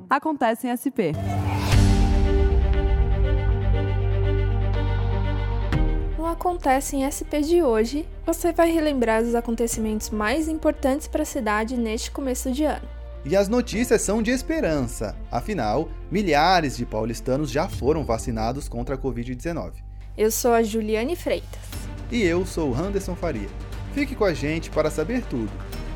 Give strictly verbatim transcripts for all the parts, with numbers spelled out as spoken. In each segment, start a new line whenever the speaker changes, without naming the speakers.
Acontece em S P.
No Acontece em S P de hoje, você vai relembrar os acontecimentos mais importantes para a cidade neste começo de ano.
E as notícias são de esperança. Afinal, milhares de paulistanos já foram vacinados contra a covid dezenove.
Eu sou a Juliane Freitas.
E eu sou o Anderson Faria. Fique com a gente para saber tudo.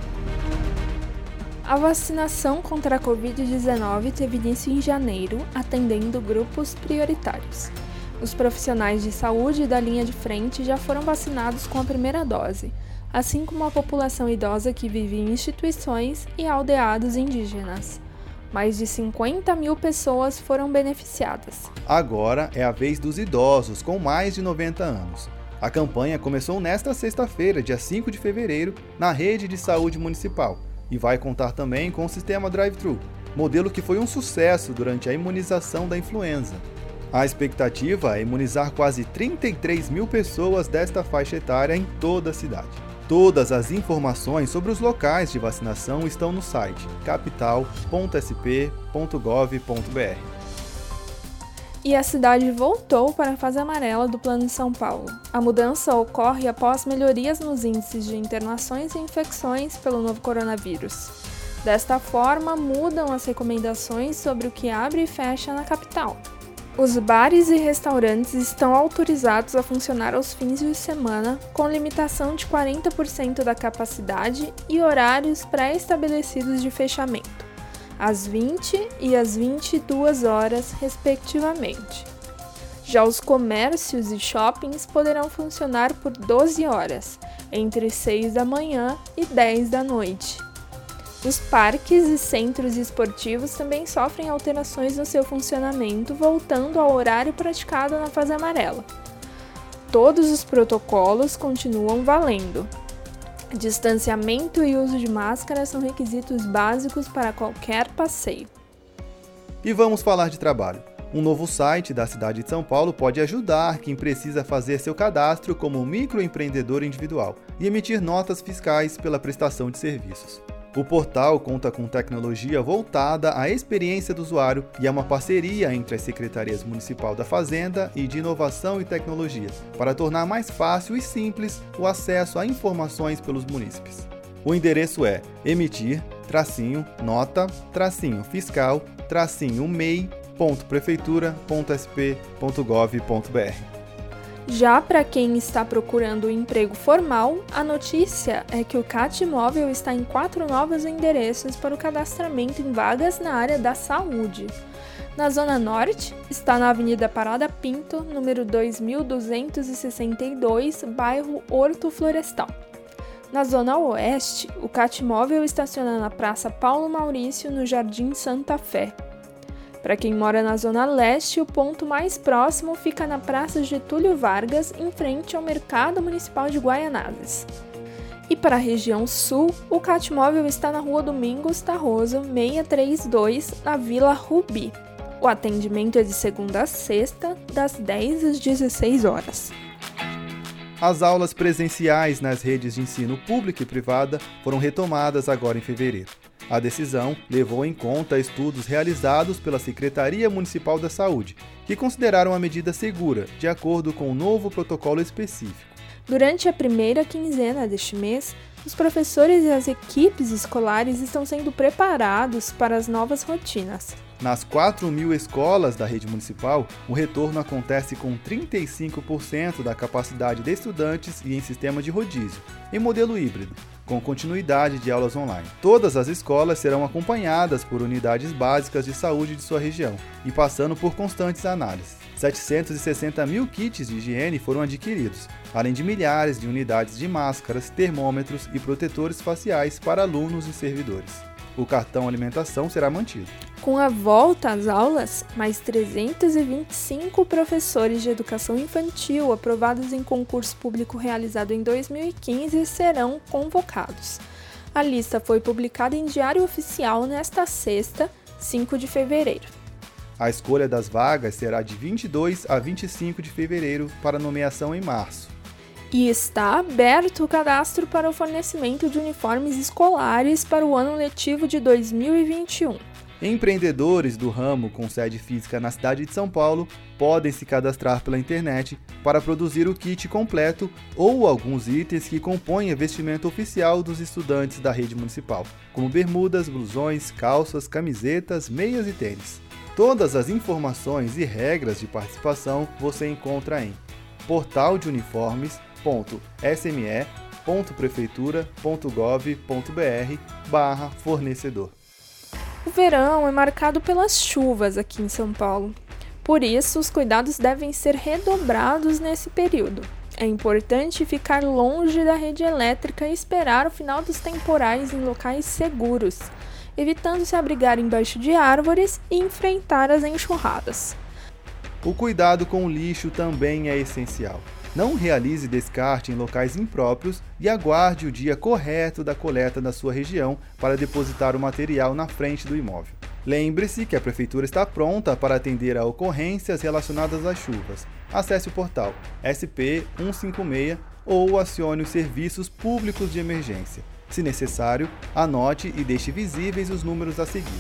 A vacinação contra a covid dezenove teve início em janeiro, atendendo grupos prioritários. Os profissionais de saúde da linha de frente já foram vacinados com a primeira dose, assim como a população idosa que vive em instituições e aldeados indígenas. Mais de cinquenta mil pessoas foram beneficiadas.
Agora é a vez dos idosos com mais de noventa anos. A campanha começou nesta sexta-feira, dia cinco de fevereiro, na rede de saúde municipal e vai contar também com o sistema drive-thru, modelo que foi um sucesso durante a imunização da influenza. A expectativa é imunizar quase trinta e três mil pessoas desta faixa etária em toda a cidade. Todas as informações sobre os locais de vacinação estão no site capital ponto s p ponto gov ponto b r.
E a cidade voltou para a fase amarela do Plano de São Paulo. A mudança ocorre após melhorias nos índices de internações e infecções pelo novo coronavírus. Desta forma, mudam as recomendações sobre o que abre e fecha na capital. Os bares e restaurantes estão autorizados a funcionar aos fins de semana, com limitação de quarenta por cento da capacidade e horários pré-estabelecidos de fechamento, às vinte e às vinte e duas horas, respectivamente. Já os comércios e shoppings poderão funcionar por doze horas, entre seis da manhã e dez da noite. Os parques e centros esportivos também sofrem alterações no seu funcionamento, voltando ao horário praticado na fase amarela. Todos os protocolos continuam valendo. Distanciamento e uso de máscara são requisitos básicos para qualquer passeio.
E vamos falar de trabalho. Um novo site da cidade de São Paulo pode ajudar quem precisa fazer seu cadastro como microempreendedor individual e emitir notas fiscais pela prestação de serviços. O portal conta com tecnologia voltada à experiência do usuário e é uma parceria entre as Secretarias Municipal da Fazenda e de Inovação e Tecnologia, para tornar mais fácil e simples o acesso a informações pelos munícipes. O endereço é emitir, tracinho, nota, tracinho, fiscal, tracinho, mei, ponto prefeitura, ponto s p, ponto gov ponto b r.
Já para quem está procurando um emprego formal, a notícia é que o Catmóvel está em quatro novos endereços para o cadastramento em vagas na área da saúde. Na Zona Norte, está na Avenida Parada Pinto, número dois mil duzentos e sessenta e dois, bairro Horto Florestal. Na Zona Oeste, o Catmóvel estaciona na Praça Paulo Maurício, no Jardim Santa Fé. Para quem mora na Zona Leste, o ponto mais próximo fica na Praça Getúlio Vargas, em frente ao Mercado Municipal de Guaianazes. E para a região Sul, o Catmóvel está na Rua Domingos Tarroso, seiscentos e trinta e dois, na Vila Rubi. O atendimento é de segunda a sexta, das dez às dezesseis horas.
As aulas presenciais nas redes de ensino pública e privada foram retomadas agora em fevereiro. A decisão levou em conta estudos realizados pela Secretaria Municipal da Saúde, que consideraram a medida segura, de acordo com o novo protocolo específico.
Durante a primeira quinzena deste mês, os professores e as equipes escolares estão sendo preparados para as novas rotinas.
Nas quatro mil escolas da rede municipal, o retorno acontece com trinta e cinco por cento da capacidade de estudantes e em sistema de rodízio, em modelo híbrido, com continuidade de aulas online. Todas as escolas serão acompanhadas por unidades básicas de saúde de sua região e passando por constantes análises. setecentos e sessenta mil kits de higiene foram adquiridos, além de milhares de unidades de máscaras, termômetros e protetores faciais para alunos e servidores. O cartão alimentação será mantido.
Com a volta às aulas, mais trezentos e vinte e cinco professores de educação infantil aprovados em concurso público realizado em dois mil e quinze serão convocados. A lista foi publicada em Diário Oficial nesta sexta, cinco de fevereiro.
A escolha das vagas será de vinte e dois a vinte e cinco de fevereiro para nomeação em março.
E está aberto o cadastro para o fornecimento de uniformes escolares para o ano letivo de dois mil e vinte e um.
Empreendedores do ramo com sede física na cidade de São Paulo podem se cadastrar pela internet para produzir o kit completo ou alguns itens que compõem a vestimenta oficial dos estudantes da rede municipal, como bermudas, blusões, calças, camisetas, meias e tênis. Todas as informações e regras de participação você encontra em portal de uniformes ponto s m e ponto prefeitura ponto gov ponto b r barra fornecedor.
O verão é marcado pelas chuvas aqui em São Paulo. Por isso, os cuidados devem ser redobrados nesse período. É importante ficar longe da rede elétrica e esperar o final dos temporais em locais seguros, evitando se abrigar embaixo de árvores e enfrentar as enxurradas.
O cuidado com o lixo também é essencial. Não realize descarte em locais impróprios e aguarde o dia correto da coleta da sua região para depositar o material na frente do imóvel. Lembre-se que a Prefeitura está pronta para atender a ocorrências relacionadas às chuvas. Acesse o portal S P cento e cinquenta e seis ou acione os serviços públicos de emergência. Se necessário, anote e deixe visíveis os números a seguir.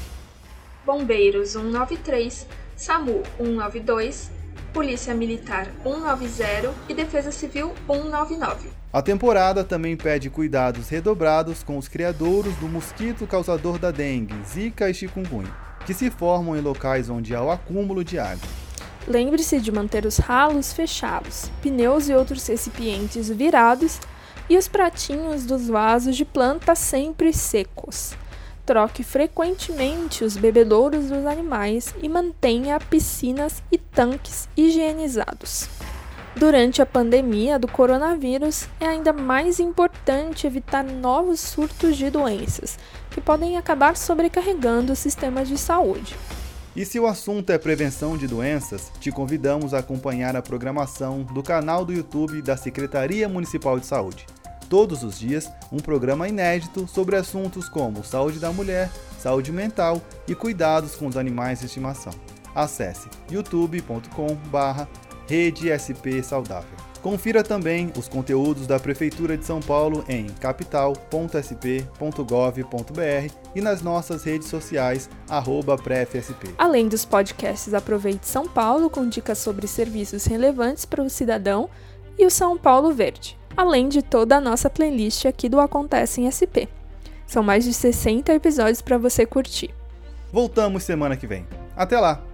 Bombeiros cento e noventa e três, SAMU cento e noventa e dois, Polícia Militar cento e noventa e Defesa Civil cento e noventa e nove.
A temporada também pede cuidados redobrados com os criadouros do mosquito causador da dengue, zika e chikungunya, que se formam em locais onde há o acúmulo de água.
Lembre-se de manter os ralos fechados, pneus e outros recipientes virados e os pratinhos dos vasos de planta sempre secos. Troque frequentemente os bebedouros dos animais e mantenha piscinas e tanques higienizados. Durante a pandemia do coronavírus, é ainda mais importante evitar novos surtos de doenças, que podem acabar sobrecarregando o sistema de saúde.
E se o assunto é prevenção de doenças, te convidamos a acompanhar a programação do canal do YouTube da Secretaria Municipal de Saúde. Todos os dias, um programa inédito sobre assuntos como saúde da mulher, saúde mental e cuidados com os animais de estimação. Acesse youtube ponto com barra rede S P saudável. Confira também os conteúdos da Prefeitura de São Paulo em capital ponto s p ponto gov ponto b r e nas nossas redes sociais, arroba prefsp.
Além dos podcasts Aproveite São Paulo, com dicas sobre serviços relevantes para o cidadão, e o São Paulo Verde, além de toda a nossa playlist aqui do Acontece em S P. São mais de sessenta episódios para você curtir.
Voltamos semana que vem. Até lá!